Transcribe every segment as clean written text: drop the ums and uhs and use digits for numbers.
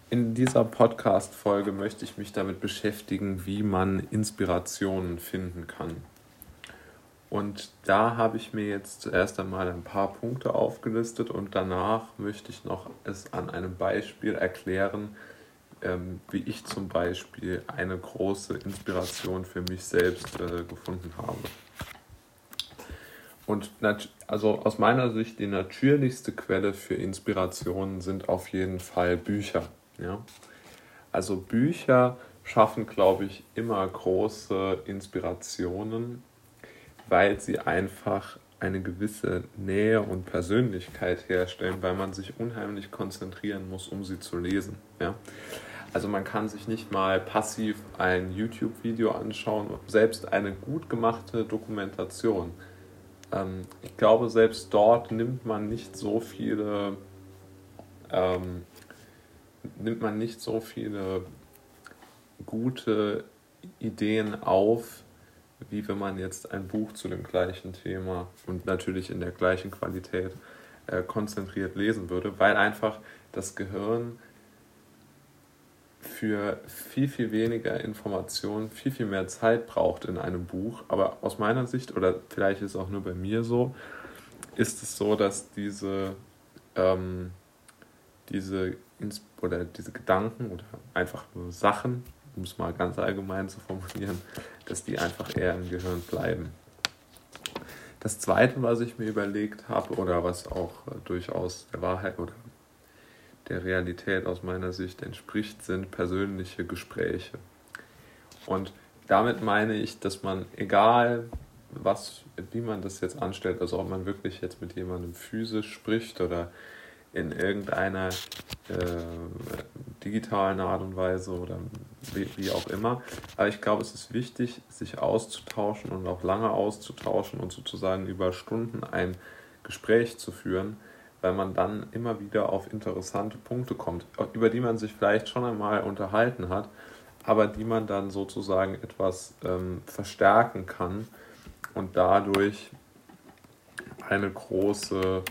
In dieser Podcast-Folge möchte ich mich damit beschäftigen, wie man Inspirationen finden kann. Und da habe ich mir jetzt zuerst einmal ein paar Punkte aufgelistet und danach möchte ich noch es an einem Beispiel erklären, wie ich zum Beispiel eine große Inspiration für mich selbst gefunden habe. Und also aus meiner Sicht die natürlichste Quelle für Inspirationen sind auf jeden Fall Bücher. Ja? Also Bücher schaffen, glaube ich, immer große Inspirationen, weil sie einfach eine gewisse Nähe und Persönlichkeit herstellen, weil man sich unheimlich konzentrieren muss, um sie zu lesen. Ja? Also man kann sich nicht mal passiv ein YouTube-Video anschauen, selbst eine gut gemachte Dokumentation. Ich glaube, selbst dort nimmt man nicht so viele gute Ideen auf, wie wenn man jetzt ein Buch zu dem gleichen Thema und natürlich in der gleichen Qualität konzentriert lesen würde, weil einfach das Gehirn für viel, viel weniger Informationen viel, viel mehr Zeit braucht in einem Buch. Aber aus meiner Sicht, oder vielleicht ist es auch nur bei mir so, ist es so, dass diese Gedanken oder einfach nur Sachen, um es mal ganz allgemein zu formulieren, dass die einfach eher im Gehirn bleiben. Das Zweite, was ich mir überlegt habe oder was auch durchaus der Wahrheit oder der Realität aus meiner Sicht entspricht, sind persönliche Gespräche. Und damit meine ich, dass man, egal wie man das jetzt anstellt, also ob man wirklich jetzt mit jemandem physisch spricht oder in irgendeiner digitalen Art und Weise oder wie auch immer. Aber ich glaube, es ist wichtig, sich auszutauschen und auch lange auszutauschen und sozusagen über Stunden ein Gespräch zu führen, weil man dann immer wieder auf interessante Punkte kommt, über die man sich vielleicht schon einmal unterhalten hat, aber die man dann sozusagen etwas verstärken kann und dadurch eine große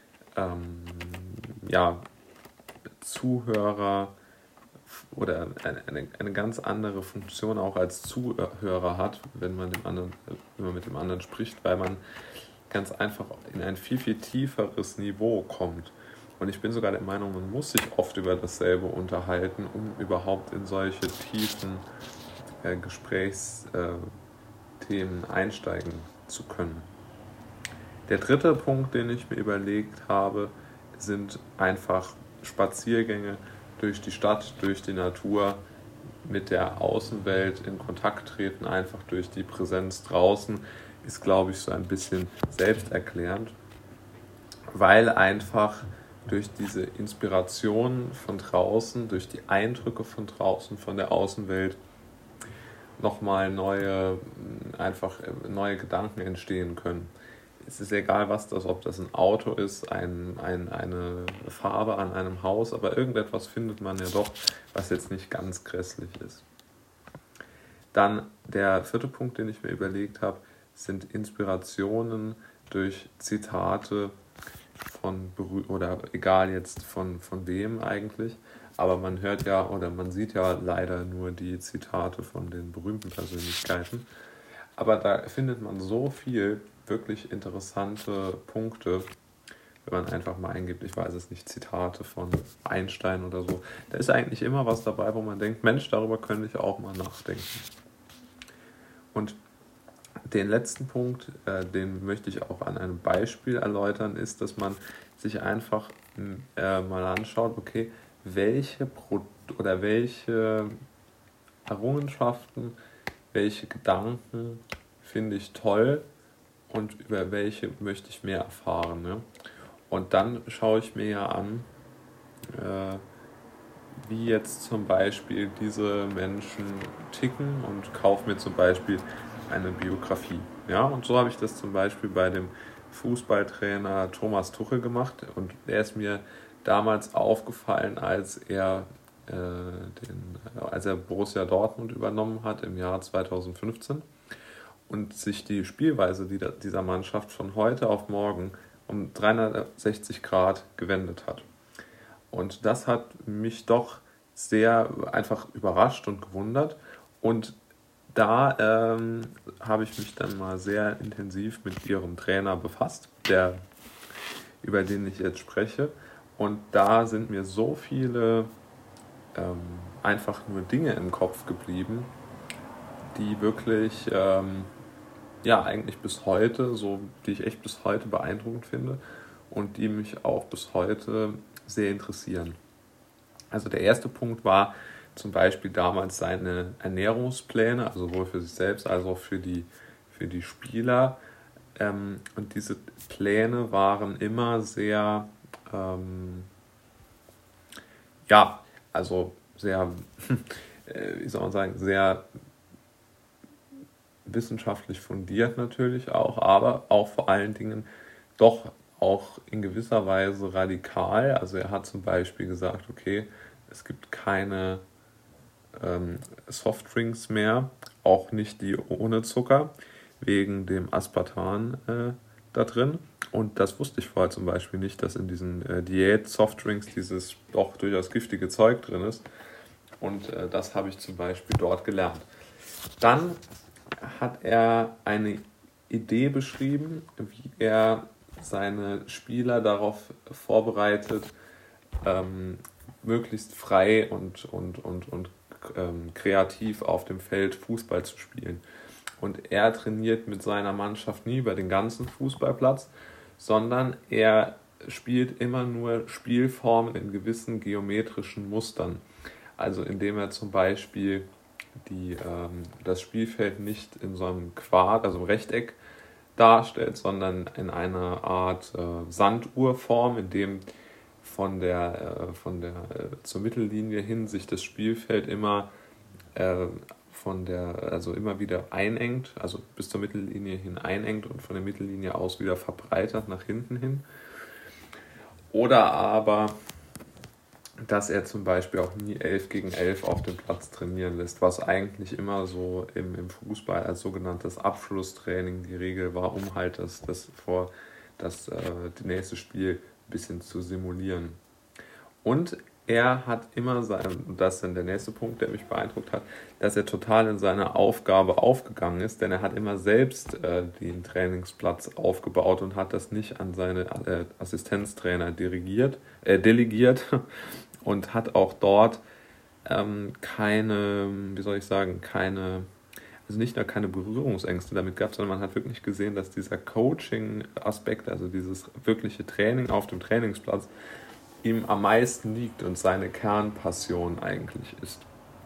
Zuhörer oder eine ganz andere Funktion auch als Zuhörer hat, wenn man mit dem anderen spricht, weil man ganz einfach in ein viel, viel tieferes Niveau kommt. Und ich bin sogar der Meinung, man muss sich oft über dasselbe unterhalten, um überhaupt in solche tiefen Gesprächsthemen einsteigen zu können. Der dritte Punkt, den ich mir überlegt habe, sind einfach Spaziergänge durch die Stadt, durch die Natur, mit der Außenwelt in Kontakt treten, einfach durch die Präsenz draußen, ist, glaube ich, so ein bisschen selbsterklärend, weil einfach durch diese Inspiration von draußen, durch die Eindrücke von draußen, von der Außenwelt, nochmal neue Gedanken entstehen können. Es ist egal, ob das ein Auto ist, eine Farbe an einem Haus, aber irgendetwas findet man ja doch, was jetzt nicht ganz grässlich ist. Dann der vierte Punkt, den ich mir überlegt habe, sind Inspirationen durch Zitate oder egal jetzt von wem eigentlich, aber man hört ja oder man sieht ja leider nur die Zitate von den berühmten Persönlichkeiten. Aber da findet man so viel wirklich interessante Punkte, wenn man einfach mal eingibt, ich weiß es nicht, Zitate von Einstein oder so. Da ist eigentlich immer was dabei, wo man denkt, Mensch, darüber könnte ich auch mal nachdenken. Und den letzten Punkt, den möchte ich auch an einem Beispiel erläutern, ist, dass man sich einfach mal anschaut, okay, welche Errungenschaften, welche Gedanken finde ich toll und über welche möchte ich mehr erfahren. Ne? Und dann schaue ich mir ja an, wie jetzt zum Beispiel diese Menschen ticken und kaufe mir zum Beispiel eine Biografie. Ja? Und so habe ich das zum Beispiel bei dem Fußballtrainer Thomas Tuchel gemacht und der ist mir damals aufgefallen, als er Borussia Dortmund übernommen hat im Jahr 2015 und sich die Spielweise dieser Mannschaft von heute auf morgen um 360 Grad gewendet hat. Und das hat mich doch sehr einfach überrascht und gewundert. Und da habe ich mich dann mal sehr intensiv mit ihrem Trainer befasst, über den ich jetzt spreche. Und da sind mir so viele einfach nur Dinge im Kopf geblieben, die wirklich eigentlich bis heute, die ich echt bis heute beeindruckend finde und die mich auch bis heute sehr interessieren. Also der erste Punkt war zum Beispiel damals seine Ernährungspläne, also sowohl für sich selbst als auch für die Spieler. Und diese Pläne waren immer sehr, sehr, wie soll man sagen, sehr wissenschaftlich fundiert natürlich auch, aber auch vor allen Dingen doch auch in gewisser Weise radikal. Also er hat zum Beispiel gesagt, okay, es gibt keine Softdrinks mehr, auch nicht die ohne Zucker, wegen dem Aspartam da drin. Und das wusste ich vorher zum Beispiel nicht, dass in diesen Diät-Softdrinks dieses doch durchaus giftige Zeug drin ist. Und das habe ich zum Beispiel dort gelernt. Dann hat er eine Idee beschrieben, wie er seine Spieler darauf vorbereitet, möglichst frei und kreativ auf dem Feld Fußball zu spielen. Und er trainiert mit seiner Mannschaft nie über den ganzen Fußballplatz, sondern er spielt immer nur Spielformen in gewissen geometrischen Mustern. Also indem er zum Beispiel das Spielfeld nicht in so einem Quad, also Rechteck darstellt, sondern in einer Art Sanduhrform, in dem zur Mittellinie hin sich das Spielfeld immer immer wieder einengt, also bis zur Mittellinie hin einengt und von der Mittellinie aus wieder verbreitert nach hinten hin. Oder aber, dass er zum Beispiel auch nie 11 gegen 11 auf dem Platz trainieren lässt, was eigentlich immer so im Fußball als sogenanntes Abschlusstraining die Regel war, um halt das nächste Spiel ein bisschen zu simulieren. Und er hat immer das ist dann der nächste Punkt, der mich beeindruckt hat, dass er total in seine Aufgabe aufgegangen ist, denn er hat immer selbst den Trainingsplatz aufgebaut und hat das nicht an seine Assistenztrainer delegiert und hat auch dort nicht nur keine Berührungsängste damit gehabt, sondern man hat wirklich gesehen, dass dieser Coaching-Aspekt, also dieses wirkliche Training auf dem Trainingsplatz, ihm am meisten liegt und seine Kernpassion eigentlich ist.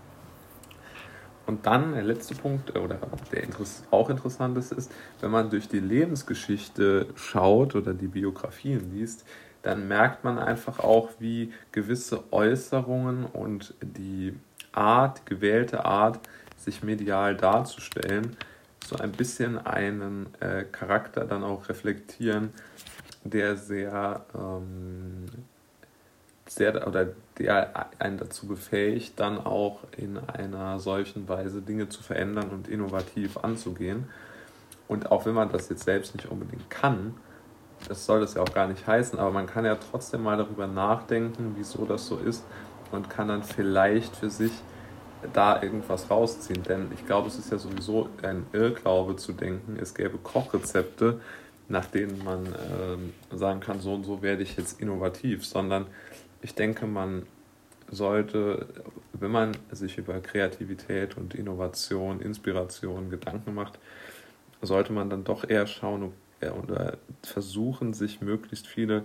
Und dann der letzte Punkt, oder der auch interessant ist, wenn man durch die Lebensgeschichte schaut oder die Biografien liest, dann merkt man einfach auch, wie gewisse Äußerungen und die gewählte Art, sich medial darzustellen, so ein bisschen einen Charakter dann auch reflektieren, der der einen dazu befähigt, dann auch in einer solchen Weise Dinge zu verändern und innovativ anzugehen. Und auch wenn man das jetzt selbst nicht unbedingt kann, das soll das ja auch gar nicht heißen, aber man kann ja trotzdem mal darüber nachdenken, wieso das so ist und kann dann vielleicht für sich da irgendwas rausziehen. Denn ich glaube, es ist ja sowieso ein Irrglaube zu denken, es gäbe Kochrezepte, nach denen man sagen kann, so und so werde ich jetzt innovativ, sondern ich denke, man sollte, wenn man sich über Kreativität und Innovation, Inspiration Gedanken macht, sollte man dann doch eher schauen oder versuchen, sich möglichst viele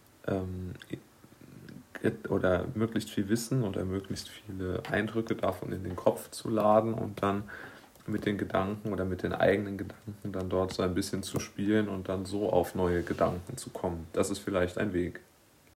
oder möglichst viel Wissen oder möglichst viele Eindrücke davon in den Kopf zu laden und dann mit den Gedanken oder mit den eigenen Gedanken dann dort so ein bisschen zu spielen und dann so auf neue Gedanken zu kommen. Das ist vielleicht ein Weg.